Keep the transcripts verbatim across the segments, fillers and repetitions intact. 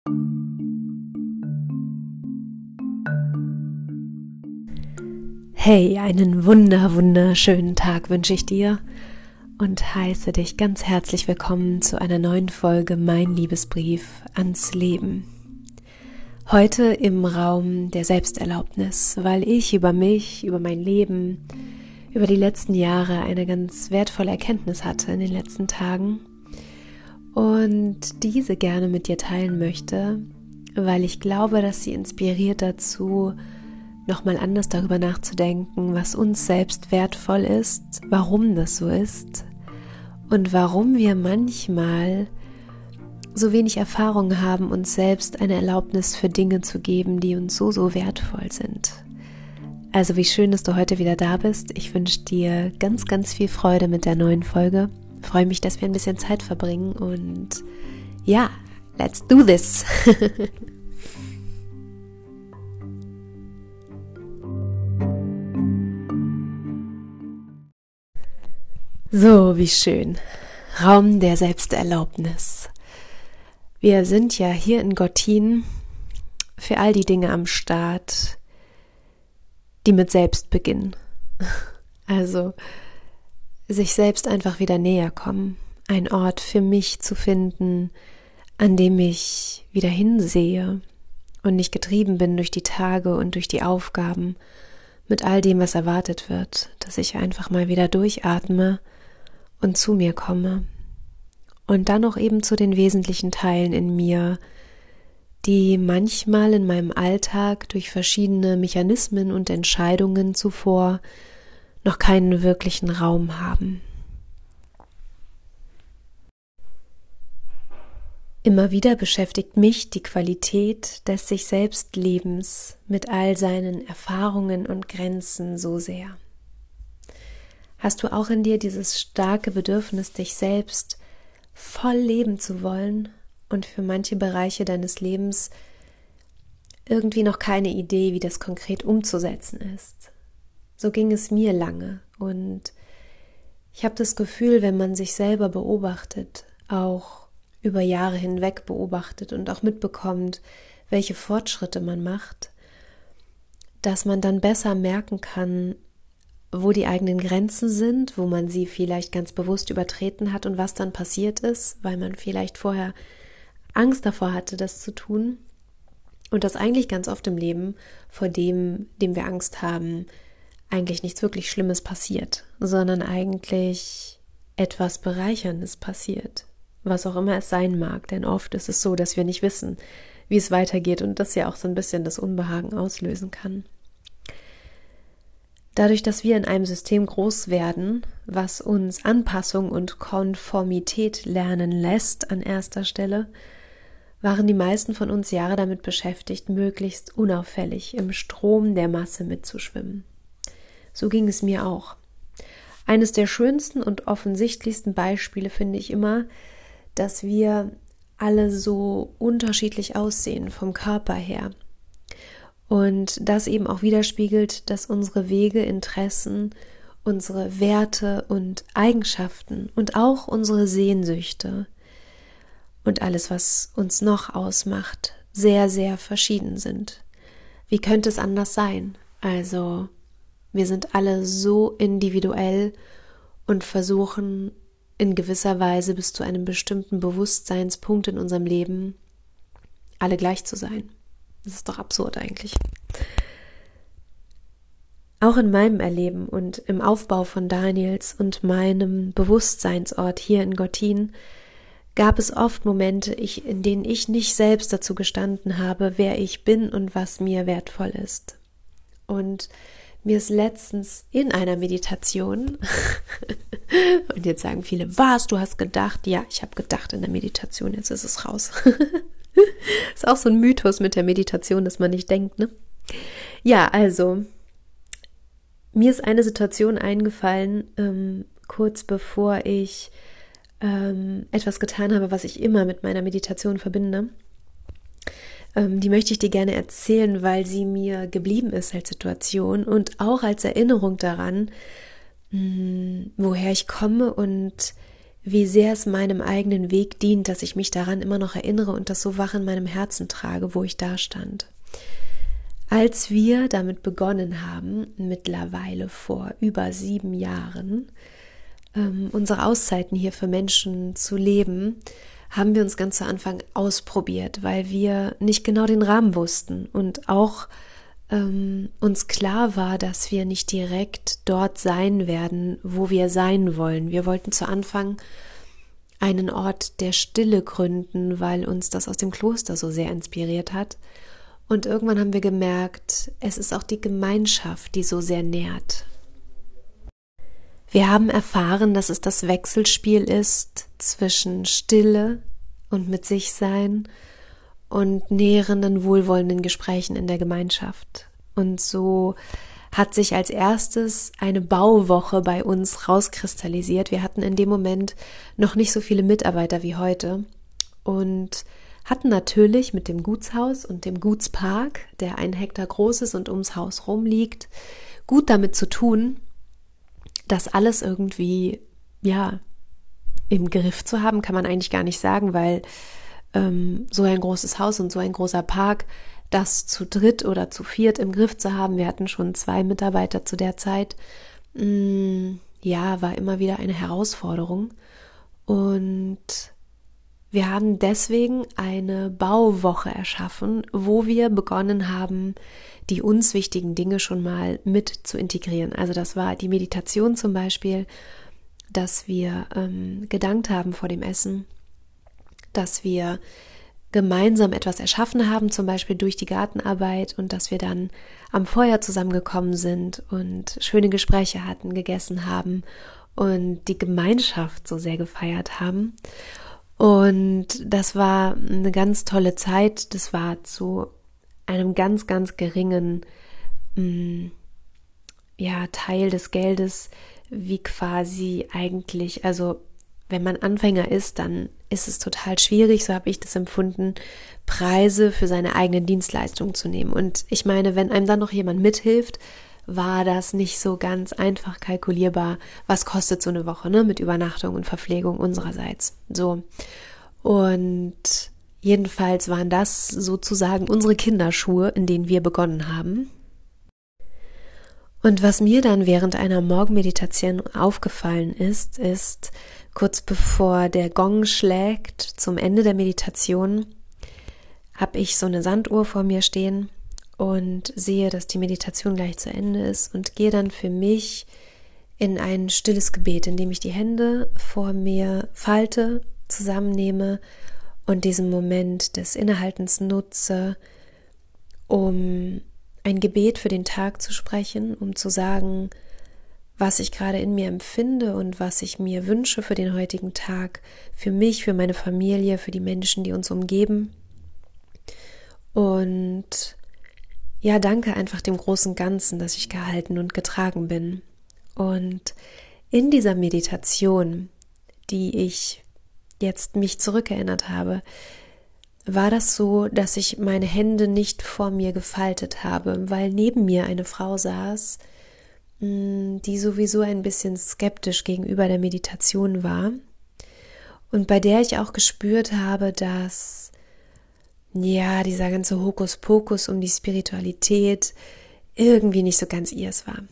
Hey, einen wunder, wunderschönen Tag wünsche ich dir und heiße dich ganz herzlich willkommen zu einer neuen Folge Mein Liebesbrief ans Leben. Heute im Raum der Selbsterlaubnis, weil ich über mich, über mein Leben, über die letzten Jahre eine ganz wertvolle Erkenntnis hatte in den letzten Tagen und diese gerne mit dir teilen möchte, weil ich glaube, dass sie inspiriert dazu, nochmal anders darüber nachzudenken, was uns selbst wertvoll ist, warum das so ist und warum wir manchmal so wenig Erfahrung haben, uns selbst eine Erlaubnis für Dinge zu geben, die uns so, so wertvoll sind. Also wie schön, dass du heute wieder da bist. Ich wünsche dir ganz, ganz viel Freude mit der neuen Folge. Ich freue mich, dass wir ein bisschen Zeit verbringen und ja, let's do this! So, wie schön. Raum der Selbsterlaubnis. Wir sind ja hier in Gottin für all die Dinge am Start, die mit selbst beginnen. Also sich selbst einfach wieder näher kommen. Ein Ort für mich zu finden, an dem ich wieder hinsehe und nicht getrieben bin durch die Tage und durch die Aufgaben mit all dem, was erwartet wird, dass ich einfach mal wieder durchatme und zu mir komme und dann auch eben zu den wesentlichen Teilen in mir, die manchmal in meinem Alltag durch verschiedene Mechanismen und Entscheidungen zuvor noch keinen wirklichen Raum haben. Immer wieder beschäftigt mich die Qualität des sich selbst Lebens mit all seinen Erfahrungen und Grenzen so sehr. Hast du auch in dir dieses starke Bedürfnis, dich selbst voll leben zu wollen und für manche Bereiche deines Lebens irgendwie noch keine Idee, wie das konkret umzusetzen ist? So ging es mir lange und ich habe das Gefühl, wenn man sich selber beobachtet, auch über Jahre hinweg beobachtet und auch mitbekommt, welche Fortschritte man macht, dass man dann besser merken kann, wo die eigenen Grenzen sind, wo man sie vielleicht ganz bewusst übertreten hat und was dann passiert ist, weil man vielleicht vorher Angst davor hatte, das zu tun. Und dass eigentlich ganz oft im Leben, vor dem, dem wir Angst haben, eigentlich nichts wirklich Schlimmes passiert, sondern eigentlich etwas Bereicherndes passiert, was auch immer es sein mag. Denn oft ist es so, dass wir nicht wissen, wie es weitergeht und das ja auch so ein bisschen das Unbehagen auslösen kann. Dadurch, dass wir in einem System groß werden, was uns Anpassung und Konformität lernen lässt an erster Stelle, waren die meisten von uns Jahre damit beschäftigt, möglichst unauffällig im Strom der Masse mitzuschwimmen. So ging es mir auch. Eines der schönsten und offensichtlichsten Beispiele finde ich immer, dass wir alle so unterschiedlich aussehen vom Körper her. Und das eben auch widerspiegelt, dass unsere Wege, Interessen, unsere Werte und Eigenschaften und auch unsere Sehnsüchte und alles, was uns noch ausmacht, sehr, sehr verschieden sind. Wie könnte es anders sein? Also, wir sind alle so individuell und versuchen in gewisser Weise bis zu einem bestimmten Bewusstseinspunkt in unserem Leben alle gleich zu sein. Das ist doch absurd eigentlich. Auch in meinem Erleben und im Aufbau von Daniels und meinem Bewusstseinsort hier in Gottin gab es oft Momente, ich, in denen ich nicht selbst dazu gestanden habe, wer ich bin und was mir wertvoll ist. Und mir ist letztens in einer Meditation, und jetzt sagen viele, was, du hast gedacht? Ja, ich habe gedacht in der Meditation, jetzt ist es raus. Ist auch so ein Mythos mit der Meditation, dass man nicht denkt, ne? Ja, also, mir ist eine Situation eingefallen, ähm, kurz bevor ich ähm, etwas getan habe, was ich immer mit meiner Meditation verbinde. Ähm, die möchte ich dir gerne erzählen, weil sie mir geblieben ist als Situation und auch als Erinnerung daran, mh, woher ich komme und wie sehr es meinem eigenen Weg dient, dass ich mich daran immer noch erinnere und das so wach in meinem Herzen trage, wo ich da stand. Als wir damit begonnen haben, mittlerweile vor über sieben Jahren, ähm, unsere Auszeiten hier für Menschen zu leben, haben wir uns ganz zu Anfang ausprobiert, weil wir nicht genau den Rahmen wussten und auch ähm, uns klar war, dass wir nicht direkt dort sein werden, wo wir sein wollen. Wir wollten zu Anfang einen Ort der Stille gründen, weil uns das aus dem Kloster so sehr inspiriert hat. Und irgendwann haben wir gemerkt, es ist auch die Gemeinschaft, die so sehr nährt. Wir haben erfahren, dass es das Wechselspiel ist zwischen Stille und mit sich sein und nährenden, wohlwollenden Gesprächen in der Gemeinschaft. Und so hat sich als erstes eine Bauwoche bei uns rauskristallisiert. Wir hatten in dem Moment noch nicht so viele Mitarbeiter wie heute und hatten natürlich mit dem Gutshaus und dem Gutspark, der ein Hektar groß ist und ums Haus rum liegt, gut damit zu tun, das alles irgendwie, ja, im Griff zu haben, kann man eigentlich gar nicht sagen, weil ähm, so ein großes Haus und so ein großer Park, das zu dritt oder zu viert im Griff zu haben, wir hatten schon zwei Mitarbeiter zu der Zeit, mh, ja, war immer wieder eine Herausforderung. Und wir haben deswegen eine Bauwoche erschaffen, wo wir begonnen haben, die uns wichtigen Dinge schon mal mit zu integrieren. Also das war die Meditation zum Beispiel, dass wir ähm, gedankt haben vor dem Essen, dass wir gemeinsam etwas erschaffen haben, zum Beispiel durch die Gartenarbeit und dass wir dann am Feuer zusammengekommen sind und schöne Gespräche hatten, gegessen haben und die Gemeinschaft so sehr gefeiert haben. Und das war eine ganz tolle Zeit. Das war zu einem ganz, ganz geringen mh, ja, Teil des Geldes, wie quasi eigentlich, also wenn man Anfänger ist, dann ist es total schwierig, so habe ich das empfunden, Preise für seine eigenen Dienstleistungen zu nehmen. Und ich meine, wenn einem dann noch jemand mithilft, war das nicht so ganz einfach kalkulierbar, was kostet so eine Woche, ne, mit Übernachtung und Verpflegung unsererseits. So. Und jedenfalls waren das sozusagen unsere Kinderschuhe, in denen wir begonnen haben. Und was mir dann während einer Morgenmeditation aufgefallen ist, ist, kurz bevor der Gong schlägt zum Ende der Meditation, habe ich so eine Sanduhr vor mir stehen und sehe, dass die Meditation gleich zu Ende ist und gehe dann für mich in ein stilles Gebet, in dem ich die Hände vor mir falte, zusammennehme und diesen Moment des Innehaltens nutze, um ein Gebet für den Tag zu sprechen, um zu sagen, was ich gerade in mir empfinde und was ich mir wünsche für den heutigen Tag, für mich, für meine Familie, für die Menschen, die uns umgeben. Und ja, danke einfach dem großen Ganzen, dass ich gehalten und getragen bin. Und in dieser Meditation, die ich jetzt mich zurückerinnert habe, war das so, dass ich meine Hände nicht vor mir gefaltet habe, weil neben mir eine Frau saß, die sowieso ein bisschen skeptisch gegenüber der Meditation war und bei der ich auch gespürt habe, dass ja, dieser ganze Hokuspokus um die Spiritualität irgendwie nicht so ganz ihrs war.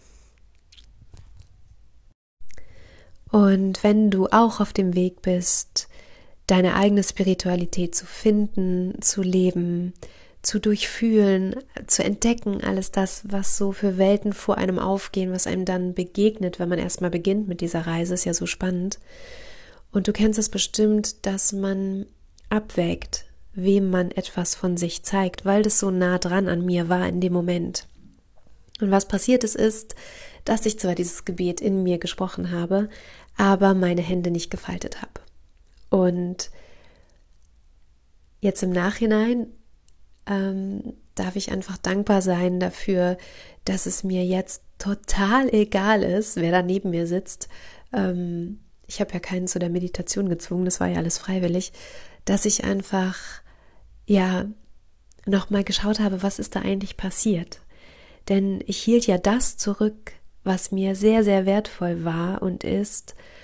Und wenn du auch auf dem Weg bist, deine eigene Spiritualität zu finden, zu leben, zu durchfühlen, zu entdecken, alles das, was so für Welten vor einem aufgehen, was einem dann begegnet, wenn man erstmal beginnt mit dieser Reise, ist ja so spannend. Und du kennst es bestimmt, dass man abwägt, wem man etwas von sich zeigt, weil das so nah dran an mir war in dem Moment. Und was passiert ist, ist, dass ich zwar dieses Gebet in mir gesprochen habe, aber meine Hände nicht gefaltet habe. Und jetzt im Nachhinein ähm, darf ich einfach dankbar sein dafür, dass es mir jetzt total egal ist, wer da neben mir sitzt. Ähm, ich habe ja keinen zu der Meditation gezwungen, das war ja alles freiwillig, dass ich einfach, ja, nochmal geschaut habe, was ist da eigentlich passiert. Denn ich hielt ja das zurück, was mir sehr, sehr wertvoll war und ist,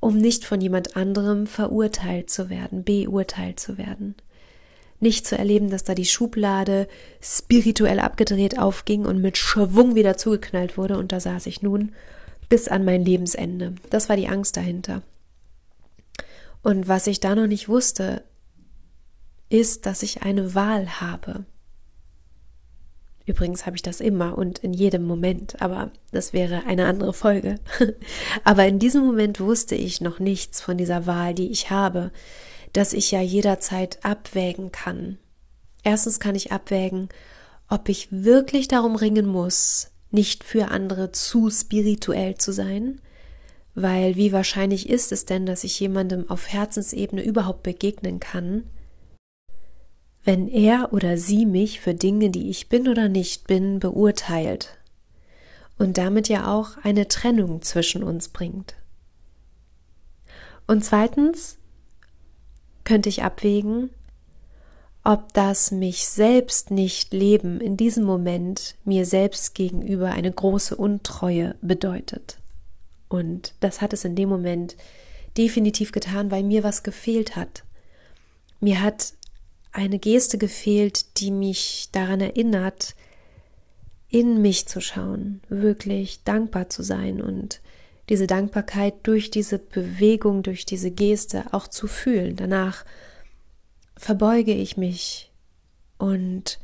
um nicht von jemand anderem verurteilt zu werden, beurteilt zu werden. Nicht zu erleben, dass da die Schublade spirituell abgedreht aufging und mit Schwung wieder zugeknallt wurde und da saß ich nun bis an mein Lebensende. Das war die Angst dahinter. Und was ich da noch nicht wusste, ist, dass ich eine Wahl habe. Übrigens habe ich das immer und in jedem Moment, aber das wäre eine andere Folge. Aber in diesem Moment wusste ich noch nichts von dieser Wahl, die ich habe, dass ich ja jederzeit abwägen kann. Erstens kann ich abwägen, ob ich wirklich darum ringen muss, nicht für andere zu spirituell zu sein, weil wie wahrscheinlich ist es denn, dass ich jemandem auf Herzensebene überhaupt begegnen kann, wenn er oder sie mich für Dinge, die ich bin oder nicht bin, beurteilt und damit ja auch eine Trennung zwischen uns bringt. Und zweitens könnte ich abwägen, ob das mich selbst nicht leben in diesem Moment mir selbst gegenüber eine große Untreue bedeutet. Und das hat es in dem Moment definitiv getan, weil mir was gefehlt hat. Mir hat eine Geste gefehlt, die mich daran erinnert, in mich zu schauen, wirklich dankbar zu sein und diese Dankbarkeit durch diese Bewegung, durch diese Geste auch zu fühlen. Danach verbeuge ich mich und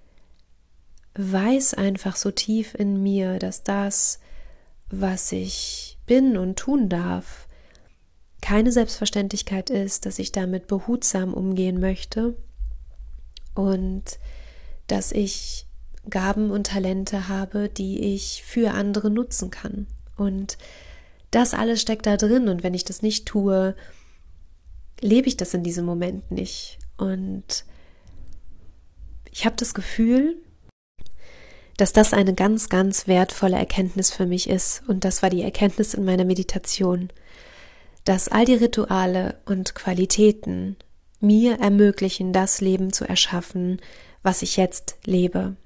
weiß einfach so tief in mir, dass das, was ich bin und tun darf, keine Selbstverständlichkeit ist, dass ich damit behutsam umgehen möchte und dass ich Gaben und Talente habe, die ich für andere nutzen kann. Und das alles steckt da drin und wenn ich das nicht tue, lebe ich das in diesem Moment nicht. Und ich habe das Gefühl, dass das eine ganz, ganz wertvolle Erkenntnis für mich ist. Und das war die Erkenntnis in meiner Meditation, dass all die Rituale und Qualitäten mir ermöglichen, das Leben zu erschaffen, was ich jetzt lebe.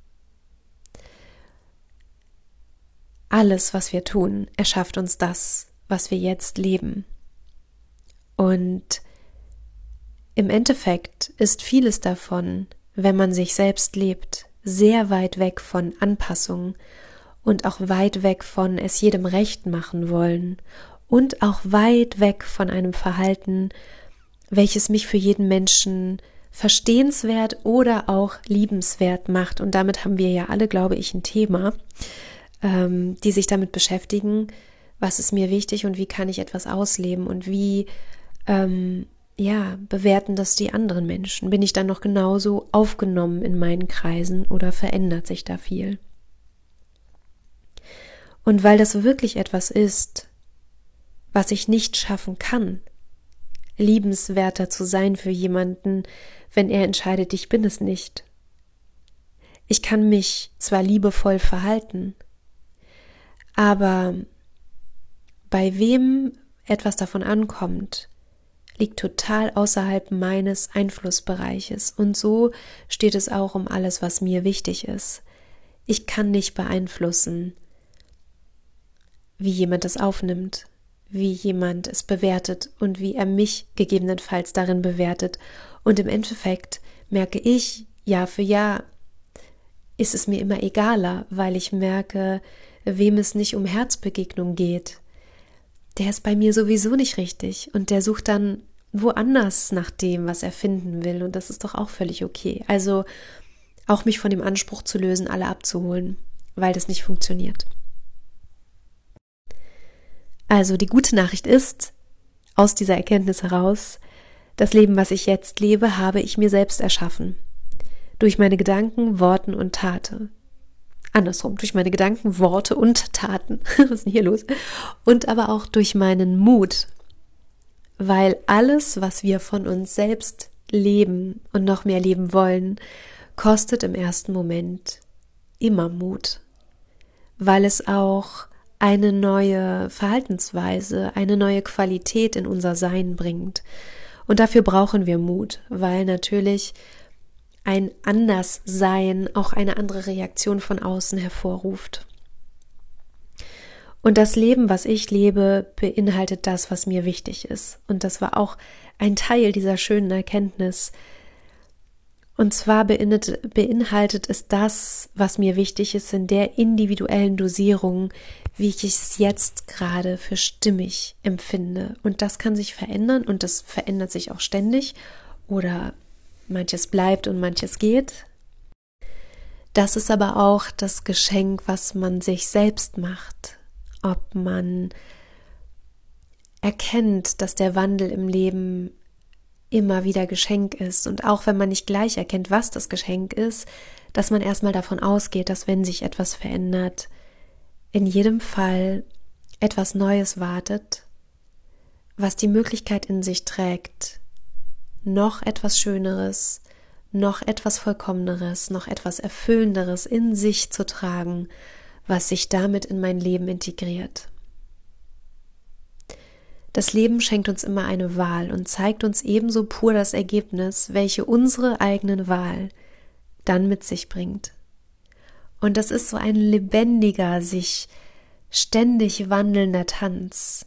Alles, was wir tun, erschafft uns das, was wir jetzt leben. Und im Endeffekt ist vieles davon, wenn man sich selbst lebt, sehr weit weg von Anpassung und auch weit weg von es jedem recht machen wollen und auch weit weg von einem Verhalten, welches mich für jeden Menschen verstehenswert oder auch liebenswert macht. Und damit haben wir ja alle, glaube ich, ein Thema, ähm, die sich damit beschäftigen, was ist mir wichtig und wie kann ich etwas ausleben und wie ähm, ja, bewerten das die anderen Menschen? Bin ich dann noch genauso aufgenommen in meinen Kreisen oder verändert sich da viel? Und weil das wirklich etwas ist, was ich nicht schaffen kann, liebenswerter zu sein für jemanden, wenn er entscheidet, ich bin es nicht. Ich kann mich zwar liebevoll verhalten, aber bei wem etwas davon ankommt, liegt total außerhalb meines Einflussbereiches. Und so steht es auch um alles, was mir wichtig ist. Ich kann nicht beeinflussen, wie jemand es aufnimmt, wie jemand es bewertet und wie er mich gegebenenfalls darin bewertet. Und im Endeffekt merke ich, Jahr für Jahr ist es mir immer egaler, weil ich merke, wem es nicht um Herzbegegnung geht, der ist bei mir sowieso nicht richtig und der sucht dann woanders nach dem, was er finden will und das ist doch auch völlig okay. Also auch mich von dem Anspruch zu lösen, alle abzuholen, weil das nicht funktioniert. Also die gute Nachricht ist, aus dieser Erkenntnis heraus, das Leben, was ich jetzt lebe, habe ich mir selbst erschaffen. Durch meine Gedanken, Worten und Taten. Andersrum, durch meine Gedanken, Worte und Taten. Was ist denn hier los? Und aber auch durch meinen Mut. Weil alles, was wir von uns selbst leben und noch mehr leben wollen, kostet im ersten Moment immer Mut. Weil es auch eine neue Verhaltensweise, eine neue Qualität in unser Sein bringt. Und dafür brauchen wir Mut, weil natürlich ein Anderssein auch eine andere Reaktion von außen hervorruft. Und das Leben, was ich lebe, beinhaltet das, was mir wichtig ist. Und das war auch ein Teil dieser schönen Erkenntnis. Und zwar beinhaltet, beinhaltet es das, was mir wichtig ist, in der individuellen Dosierung, wie ich es jetzt gerade für stimmig empfinde. Und das kann sich verändern und das verändert sich auch ständig oder manches bleibt und manches geht. Das ist aber auch das Geschenk, was man sich selbst macht. Ob man erkennt, dass der Wandel im Leben immer wieder Geschenk ist und auch wenn man nicht gleich erkennt, was das Geschenk ist, dass man erstmal davon ausgeht, dass wenn sich etwas verändert, in jedem Fall etwas Neues wartet, was die Möglichkeit in sich trägt, noch etwas Schöneres, noch etwas Vollkommeneres, noch etwas Erfüllenderes in sich zu tragen, was sich damit in mein Leben integriert. Das Leben schenkt uns immer eine Wahl und zeigt uns ebenso pur das Ergebnis, welche unsere eigene Wahl dann mit sich bringt. Und das ist so ein lebendiger, sich ständig wandelnder Tanz.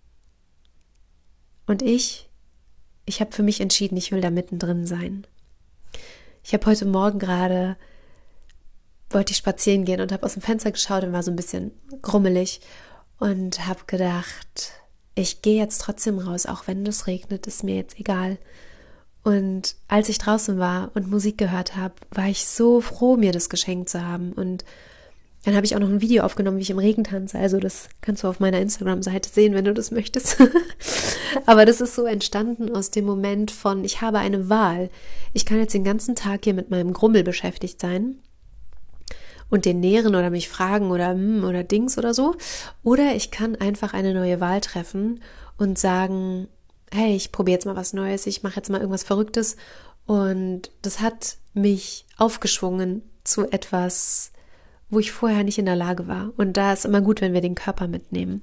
Und ich, ich habe für mich entschieden, ich will da mittendrin sein. Ich habe heute Morgen gerade, wollte ich spazieren gehen und habe aus dem Fenster geschaut und war so ein bisschen grummelig und habe gedacht, ich gehe jetzt trotzdem raus, auch wenn es regnet, ist mir jetzt egal. Und als ich draußen war und Musik gehört habe, war ich so froh, mir das geschenkt zu haben. Und dann habe ich auch noch ein Video aufgenommen, wie ich im Regen tanze. Also das kannst du auf meiner Instagram-Seite sehen, wenn du das möchtest. Aber das ist so entstanden aus dem Moment von, ich habe eine Wahl. Ich kann jetzt den ganzen Tag hier mit meinem Grummel beschäftigt sein und den nähren oder mich fragen oder hm, oder Dings oder so. Oder ich kann einfach eine neue Wahl treffen und sagen, hey, ich probiere jetzt mal was Neues, ich mache jetzt mal irgendwas Verrücktes. Und das hat mich aufgeschwungen zu etwas, wo ich vorher nicht in der Lage war. Und da ist immer gut, wenn wir den Körper mitnehmen.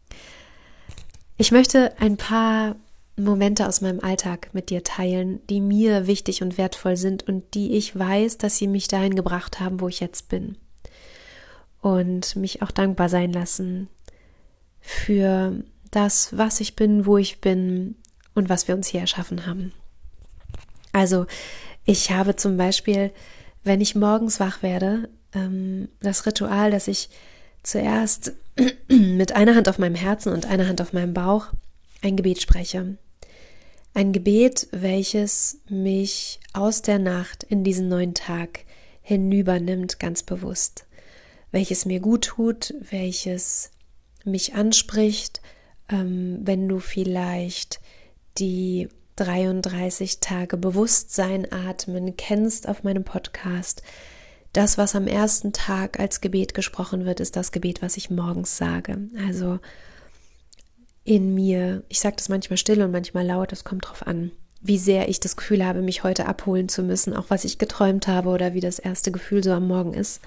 Ich möchte ein paar Momente aus meinem Alltag mit dir teilen, die mir wichtig und wertvoll sind und die ich weiß, dass sie mich dahin gebracht haben, wo ich jetzt bin. Und mich auch dankbar sein lassen für das, was ich bin, wo ich bin und was wir uns hier erschaffen haben. Also ich habe zum Beispiel, wenn ich morgens wach werde, das Ritual, dass ich zuerst mit einer Hand auf meinem Herzen und einer Hand auf meinem Bauch ein Gebet spreche. Ein Gebet, welches mich aus der Nacht in diesen neuen Tag hinübernimmt, ganz bewusst. Welches mir gut tut, welches mich anspricht, ähm, wenn du vielleicht die dreiunddreißig Tage Bewusstsein atmen kennst auf meinem Podcast. Das, was am ersten Tag als Gebet gesprochen wird, ist das Gebet, was ich morgens sage. Also in mir, ich sage das manchmal still und manchmal laut, das kommt drauf an, wie sehr ich das Gefühl habe, mich heute abholen zu müssen, auch was ich geträumt habe oder wie das erste Gefühl so am Morgen ist.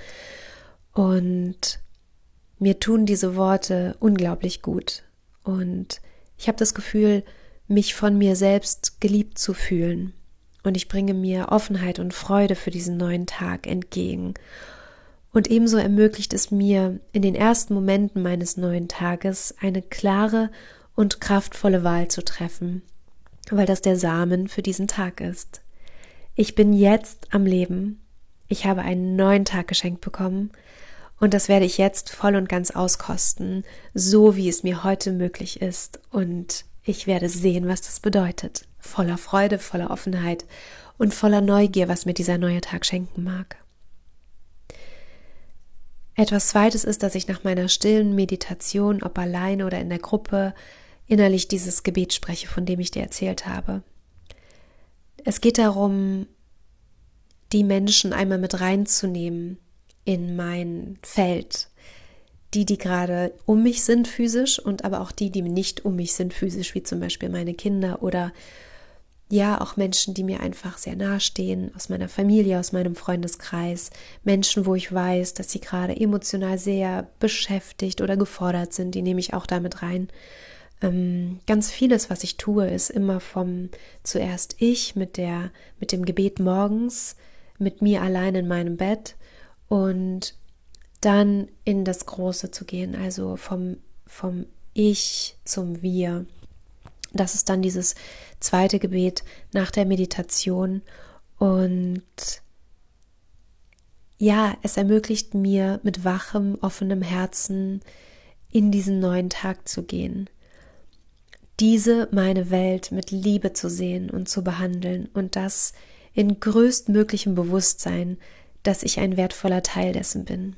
Und mir tun diese Worte unglaublich gut. Und ich habe das Gefühl, mich von mir selbst geliebt zu fühlen. Und ich bringe mir Offenheit und Freude für diesen neuen Tag entgegen. Und ebenso ermöglicht es mir, in den ersten Momenten meines neuen Tages eine klare und kraftvolle Wahl zu treffen, weil das der Samen für diesen Tag ist. Ich bin jetzt am Leben. Ich habe einen neuen Tag geschenkt bekommen und das werde ich jetzt voll und ganz auskosten, so wie es mir heute möglich ist. Und ich werde sehen, was das bedeutet. Voller Freude, voller Offenheit und voller Neugier, was mir dieser neue Tag schenken mag. Etwas Zweites ist, dass ich nach meiner stillen Meditation, ob alleine oder in der Gruppe, innerlich dieses Gebet spreche, von dem ich dir erzählt habe. Es geht darum, die Menschen einmal mit reinzunehmen in mein Feld. Die, die gerade um mich sind physisch und aber auch die, die nicht um mich sind physisch, wie zum Beispiel meine Kinder oder ja, auch Menschen, die mir einfach sehr nahe stehen, aus meiner Familie, aus meinem Freundeskreis, Menschen, wo ich weiß, dass sie gerade emotional sehr beschäftigt oder gefordert sind, die nehme ich auch damit rein. Ähm, ganz vieles, was ich tue, ist immer vom zuerst ich mit der, mit dem Gebet morgens, mit mir allein in meinem Bett und dann in das Große zu gehen, also vom, vom Ich zum Wir. Das ist dann dieses zweite Gebet nach der Meditation. Und ja, es ermöglicht mir, mit wachem, offenem Herzen in diesen neuen Tag zu gehen. Diese, meine Welt, mit Liebe zu sehen und zu behandeln und das in größtmöglichem Bewusstsein, dass ich ein wertvoller Teil dessen bin.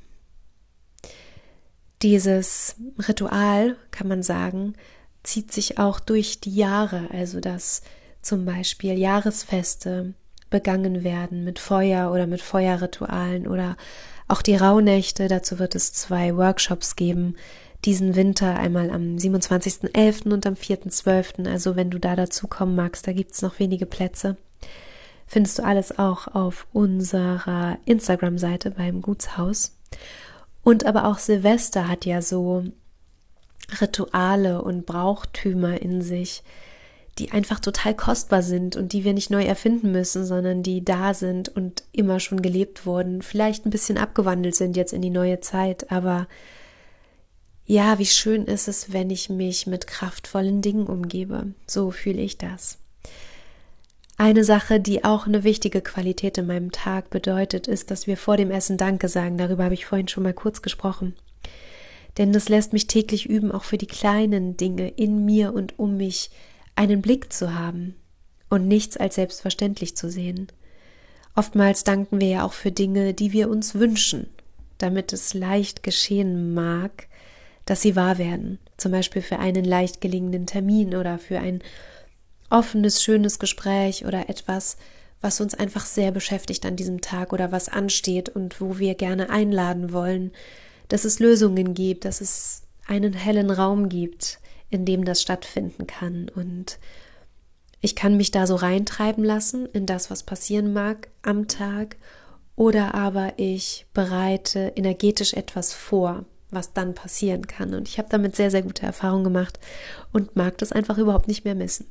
Dieses Ritual, kann man sagen, zieht sich auch durch die Jahre, also dass zum Beispiel Jahresfeste begangen werden mit Feuer oder mit Feuerritualen oder auch die Rauhnächte. Dazu wird es zwei Workshops geben, diesen Winter, einmal am siebenundzwanzigsten elften und am vierten zwölften Also wenn du da dazu kommen magst, da gibt es noch wenige Plätze. Findest du alles auch auf unserer Instagram-Seite beim Gutshaus. Und aber auch Silvester hat ja so Rituale und Brauchtümer in sich, die einfach total kostbar sind und die wir nicht neu erfinden müssen, sondern die da sind und immer schon gelebt wurden, vielleicht ein bisschen abgewandelt sind jetzt in die neue Zeit, aber ja, wie schön ist es, wenn ich mich mit kraftvollen Dingen umgebe. So fühle ich das. Eine Sache, die auch eine wichtige Qualität in meinem Tag bedeutet, ist, dass wir vor dem Essen Danke sagen. Darüber habe ich vorhin schon mal kurz gesprochen. Denn das lässt mich täglich üben, auch für die kleinen Dinge in mir und um mich einen Blick zu haben und nichts als selbstverständlich zu sehen. Oftmals danken wir ja auch für Dinge, die wir uns wünschen, damit es leicht geschehen mag, dass sie wahr werden. Zum Beispiel für einen leicht gelingenden Termin oder für ein offenes, schönes Gespräch oder etwas, was uns einfach sehr beschäftigt an diesem Tag oder was ansteht und wo wir gerne einladen wollen, dass es Lösungen gibt, dass es einen hellen Raum gibt, in dem das stattfinden kann. Und ich kann mich da so reintreiben lassen in das, was passieren mag am Tag, oder aber ich bereite energetisch etwas vor, was dann passieren kann. Und ich habe damit sehr, sehr gute Erfahrungen gemacht und mag das einfach überhaupt nicht mehr missen.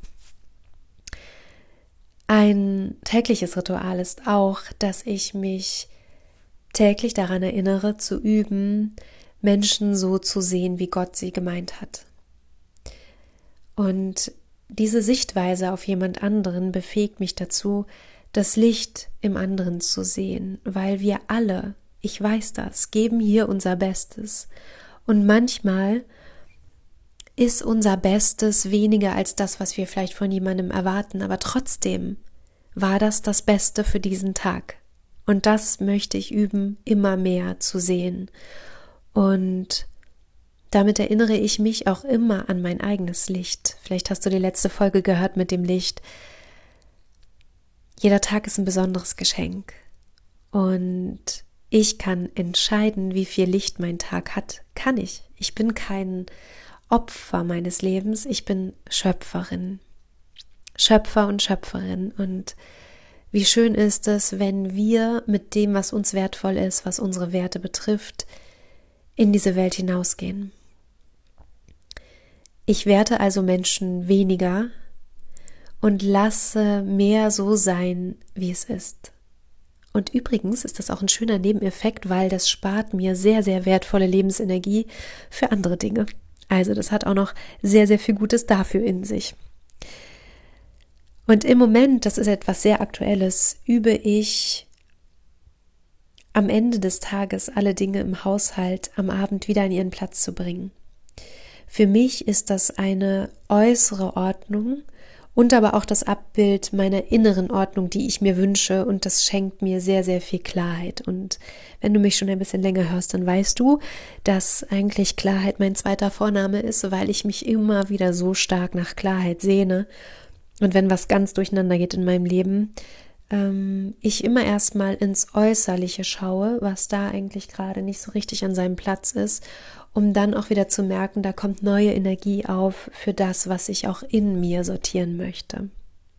Ein tägliches Ritual ist auch, dass ich mich täglich daran erinnere, zu üben, Menschen so zu sehen, wie Gott sie gemeint hat. Und diese Sichtweise auf jemand anderen befähigt mich dazu, das Licht im anderen zu sehen, weil wir alle, ich weiß das, geben hier unser Bestes. Und manchmal ist unser Bestes weniger als das, was wir vielleicht von jemandem erwarten, aber trotzdem war das das Beste für diesen Tag. Und das möchte ich üben, immer mehr zu sehen. Und damit erinnere ich mich auch immer an mein eigenes Licht. Vielleicht hast du die letzte Folge gehört mit dem Licht. Jeder Tag ist ein besonderes Geschenk. Und ich kann entscheiden, wie viel Licht mein Tag hat. Kann ich. Ich bin kein Opfer meines Lebens. Ich bin Schöpferin. Schöpfer und Schöpferin. Und wie schön ist es, wenn wir mit dem, was uns wertvoll ist, was unsere Werte betrifft, in diese Welt hinausgehen. Ich werte also Menschen weniger und lasse mehr so sein, wie es ist. Und übrigens ist das auch ein schöner Nebeneffekt, weil das spart mir sehr, sehr wertvolle Lebensenergie für andere Dinge. Also das hat auch noch sehr, sehr viel Gutes dafür in sich. Und im Moment, das ist etwas sehr Aktuelles, übe ich am Ende des Tages alle Dinge im Haushalt am Abend wieder an ihren Platz zu bringen. Für mich ist das eine äußere Ordnung und aber auch das Abbild meiner inneren Ordnung, die ich mir wünsche, und das schenkt mir sehr, sehr viel Klarheit. Und wenn du mich schon ein bisschen länger hörst, dann weißt du, dass eigentlich Klarheit mein zweiter Vorname ist, weil ich mich immer wieder so stark nach Klarheit sehne. Und wenn was ganz durcheinander geht in meinem Leben, ähm, ich immer erstmal ins Äußerliche schaue, was da eigentlich gerade nicht so richtig an seinem Platz ist, um dann auch wieder zu merken, da kommt neue Energie auf für das, was ich auch in mir sortieren möchte.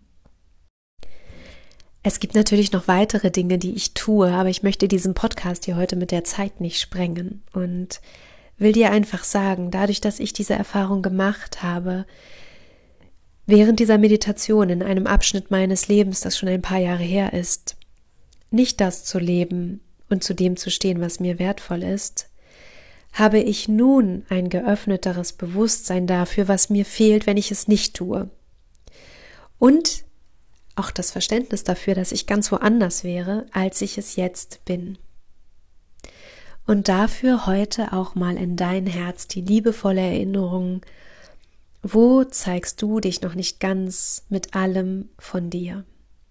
Es gibt natürlich noch weitere Dinge, die ich tue, aber ich möchte diesen Podcast hier heute mit der Zeit nicht sprengen und will dir einfach sagen, dadurch, dass ich diese Erfahrung gemacht habe, während dieser Meditation in einem Abschnitt meines Lebens, das schon ein paar Jahre her ist, nicht das zu leben und zu dem zu stehen, was mir wertvoll ist, habe ich nun ein geöffneteres Bewusstsein dafür, was mir fehlt, wenn ich es nicht tue. Und auch das Verständnis dafür, dass ich ganz woanders wäre, als ich es jetzt bin. Und dafür heute auch mal in dein Herz die liebevolle Erinnerung: Wo zeigst du dich noch nicht ganz mit allem von dir?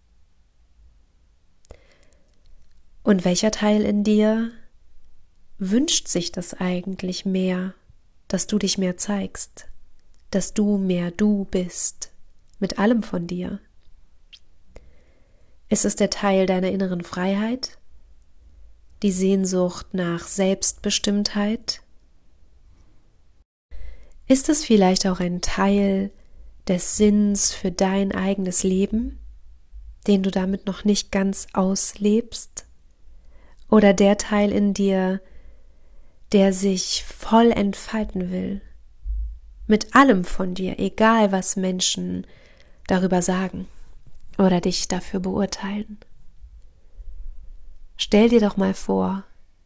Und welcher Teil in dir wünscht sich das eigentlich mehr, dass du dich mehr zeigst, dass du mehr du bist, mit allem von dir? Ist es der Teil deiner inneren Freiheit, die Sehnsucht nach Selbstbestimmtheit? Ist es vielleicht auch ein Teil des Sinns für dein eigenes Leben, den du damit noch nicht ganz auslebst? Oder der Teil in dir, der sich voll entfalten will, mit allem von dir, egal was Menschen darüber sagen oder dich dafür beurteilen? Stell dir doch mal vor,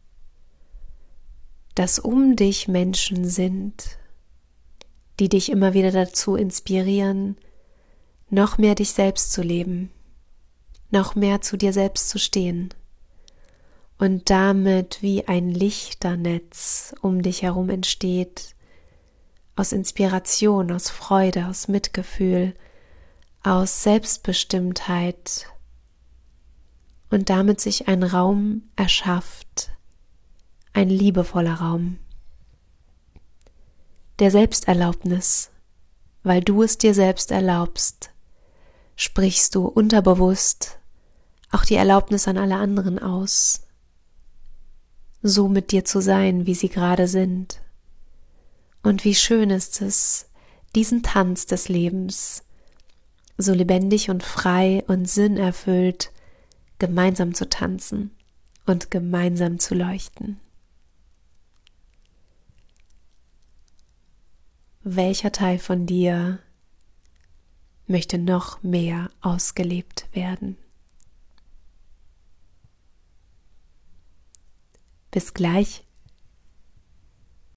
dass um dich Menschen sind, die dich immer wieder dazu inspirieren, noch mehr dich selbst zu leben, noch mehr zu dir selbst zu stehen und damit wie ein Lichternetz um dich herum entsteht, aus Inspiration, aus Freude, aus Mitgefühl, aus Selbstbestimmtheit und damit sich ein Raum erschafft, ein liebevoller Raum der Selbsterlaubnis. Weil du es dir selbst erlaubst, sprichst du unterbewusst auch die Erlaubnis an alle anderen aus, so mit dir zu sein, wie sie gerade sind. Und wie schön ist es, diesen Tanz des Lebens so lebendig und frei und sinnerfüllt gemeinsam zu tanzen und gemeinsam zu leuchten. Welcher Teil von dir möchte noch mehr ausgelebt werden? Bis gleich.